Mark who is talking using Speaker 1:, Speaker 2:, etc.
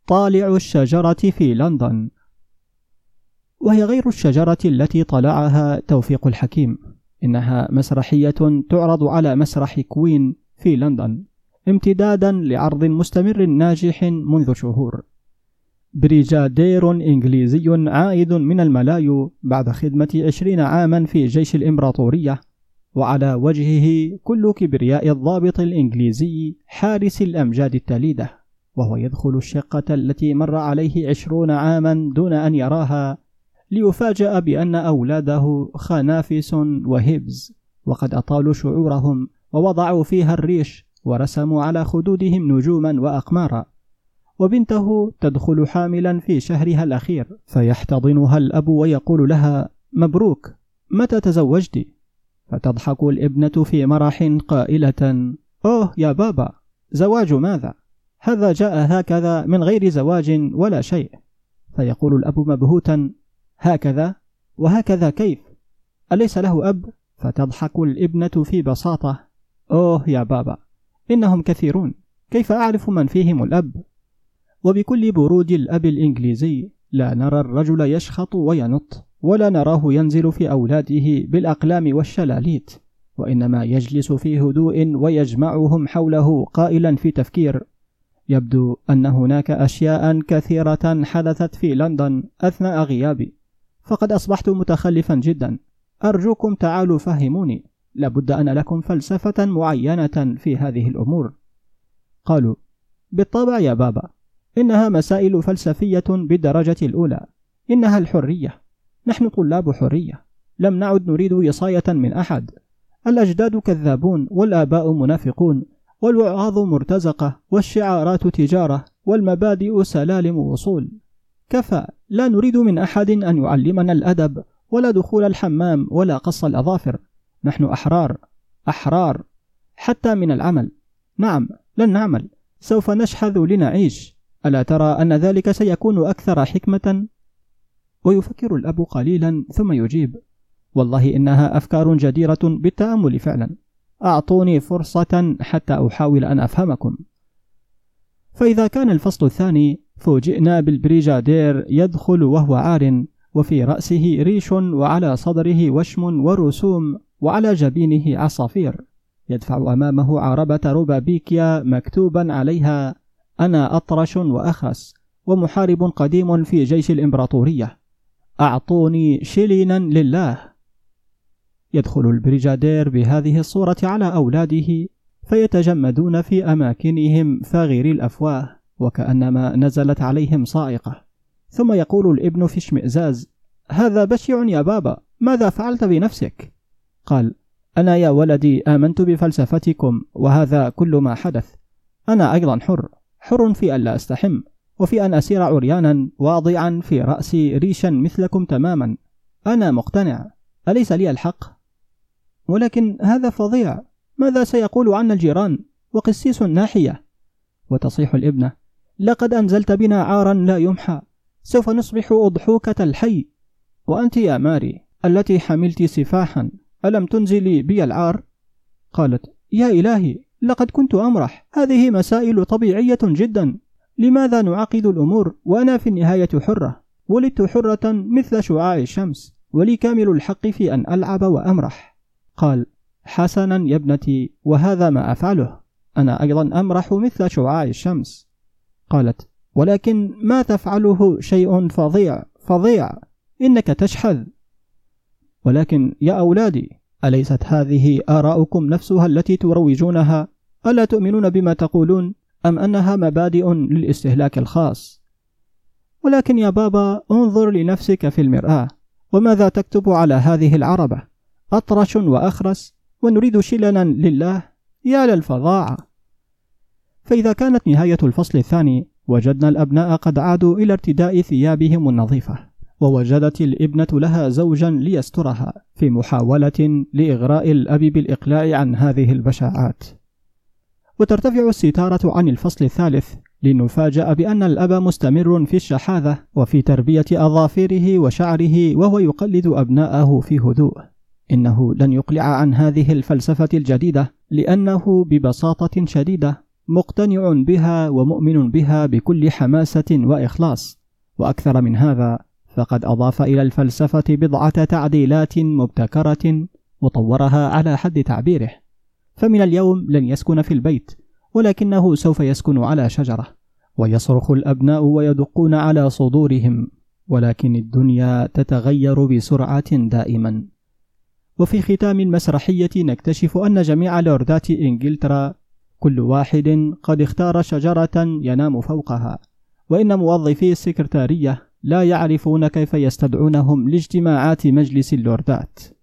Speaker 1: طالع الشجرة في لندن. وهي غير الشجرة التي طلعها توفيق الحكيم، إنها مسرحية تعرض على مسرح كوين في لندن امتدادا لعرض مستمر ناجح منذ شهور. بريجادير إنجليزي عائد من الملايو بعد خدمة 20 عاما في جيش الإمبراطورية، وعلى وجهه كل كبرياء الضابط الإنجليزي حارس الأمجاد التاليدة، وهو يدخل الشقة التي مر عليه 20 عاما دون أن يراها، ليفاجأ بأن أولاده خنافس وهبز وقد أطالوا شعورهم ووضعوا فيها الريش ورسموا على خدودهم نجوما وأقمارا، وبنته تدخل حاملا في شهرها الأخير، فيحتضنها الأب ويقول لها: مبروك، متى تزوجت؟ فتضحك الابنة في مرح قائلة: أوه يا بابا، زواج ماذا؟ هذا جاء هكذا من غير زواج ولا شيء. فيقول الأب مبهوتا: هكذا؟ وهكذا كيف؟ أليس له أب؟ فتضحك الابنة في بساطة: أوه يا بابا، إنهم كثيرون، كيف أعرف من فيهم الأب؟ وبكل برود الأب الإنجليزي لا نرى الرجل يشخط وينط، ولا نراه ينزل في أولاده بالأقلام والشلاليت، وإنما يجلس في هدوء ويجمعهم حوله قائلا في تفكير: يبدو أن هناك أشياء كثيرة حدثت في لندن أثناء غيابي، فقد أصبحت متخلفا جدا، أرجوكم تعالوا فهموني، لابد أن لكم فلسفة معينة في هذه الأمور. قالوا: بالطبع يا بابا، إنها مسائل فلسفية بالدرجة الأولى، إنها الحرية، نحن طلاب حرية، لم نعد نريد وصاية من أحد، الأجداد كذابون والآباء منافقون والوعاظ مرتزقة والشعارات تجارة والمبادئ سلالم وصول، كفى، لا نريد من أحد أن يعلمنا الأدب ولا دخول الحمام ولا قص الأظافر، نحن أحرار، أحرار حتى من العمل، نعم لن نعمل، سوف نشحذ لنعيش، ألا ترى أن ذلك سيكون أكثر حكمة؟ ويفكر الأب قليلا ثم يجيب: والله إنها أفكار جديرة بالتأمل فعلا، أعطوني فرصة حتى أحاول أن أفهمكم. فإذا كان الفصل الثاني، فوجئنا بالبريجادير يدخل وهو عار، وفي رأسه ريش، وعلى صدره وشم ورسوم، وعلى جبينه عصافير، يدفع أمامه عربة روبابيكيا مكتوبا عليها: أنا أطرش وأخرس ومحارب قديم في جيش الإمبراطورية، أعطوني شلينا لله. يدخل البريجادير بهذه الصورة على أولاده، فيتجمدون في أماكنهم فاغري الأفواه وكأنما نزلت عليهم صاعقة، ثم يقول الابن في اشمئزاز: هذا بشع يا بابا، ماذا فعلت بنفسك؟ قال: أنا يا ولدي آمنت بفلسفتكم، وهذا كل ما حدث، أنا أيضا حر في أن لا أستحم، وفي أن أسير عريانا واضعا في رأسي ريشا مثلكم تماما، أنا مقتنع، أليس لي الحق؟ ولكن هذا فظيع، ماذا سيقول عنا الجيران وقسيس الناحية؟ وتصيح الابنة: لقد أنزلت بنا عارا لا يمحى، سوف نصبح أضحوكة الحي، وأنت يا ماري التي حملت سفاحا، ألم تنزلي بي العار؟ قالت: يا إلهي، لقد كنت أمرح، هذه مسائل طبيعية جدا، لماذا نعقد الأمور وأنا في النهاية حرة، ولدت حرة مثل شعاع الشمس، ولي كامل الحق في أن ألعب وأمرح. قال: حسنا يا ابنتي، وهذا ما أفعله، أنا أيضا أمرح مثل شعاع الشمس. قالت: ولكن ما تفعله شيء فظيع، إنك تشحذ. ولكن يا أولادي، أليست هذه آراؤكم نفسها التي تروجونها؟ ألا تؤمنون بما تقولون، أم أنها مبادئ للاستهلاك الخاص؟ ولكن يا بابا، انظر لنفسك في المرآة، وماذا تكتب على هذه العربة؟ أطرش وأخرس، ونريد شلنا لله، يا للفظاعة. فإذا كانت نهاية الفصل الثاني، وجدنا الأبناء قد عادوا إلى ارتداء ثيابهم النظيفة، ووجدت الابنة لها زوجا ليسترها، في محاولة لإغراء الأب بالإقلاع عن هذه البشاعات. وترتفع الستارة عن الفصل الثالث، لنفاجأ بأن الأب مستمر في الشحاذة وفي تربية أظافره وشعره، وهو يقلد أبناءه في هدوء. إنه لن يقلع عن هذه الفلسفة الجديدة، لأنه ببساطة شديدة مقتنع بها ومؤمن بها بكل حماسة وإخلاص. وأكثر من هذا، فقد أضاف إلى الفلسفة بضعة تعديلات مبتكرة وطورها على حد تعبيره. فمن اليوم لن يسكن في البيت، ولكنه سوف يسكن على شجرة، ويصرخ الأبناء ويدقون على صدورهم، ولكن الدنيا تتغير بسرعة دائما. وفي ختام المسرحية نكتشف أن جميع لوردات إنجلترا كل واحد قد اختار شجرة ينام فوقها، وإن موظفي السكرتارية لا يعرفون كيف يستدعونهم لاجتماعات مجلس اللوردات.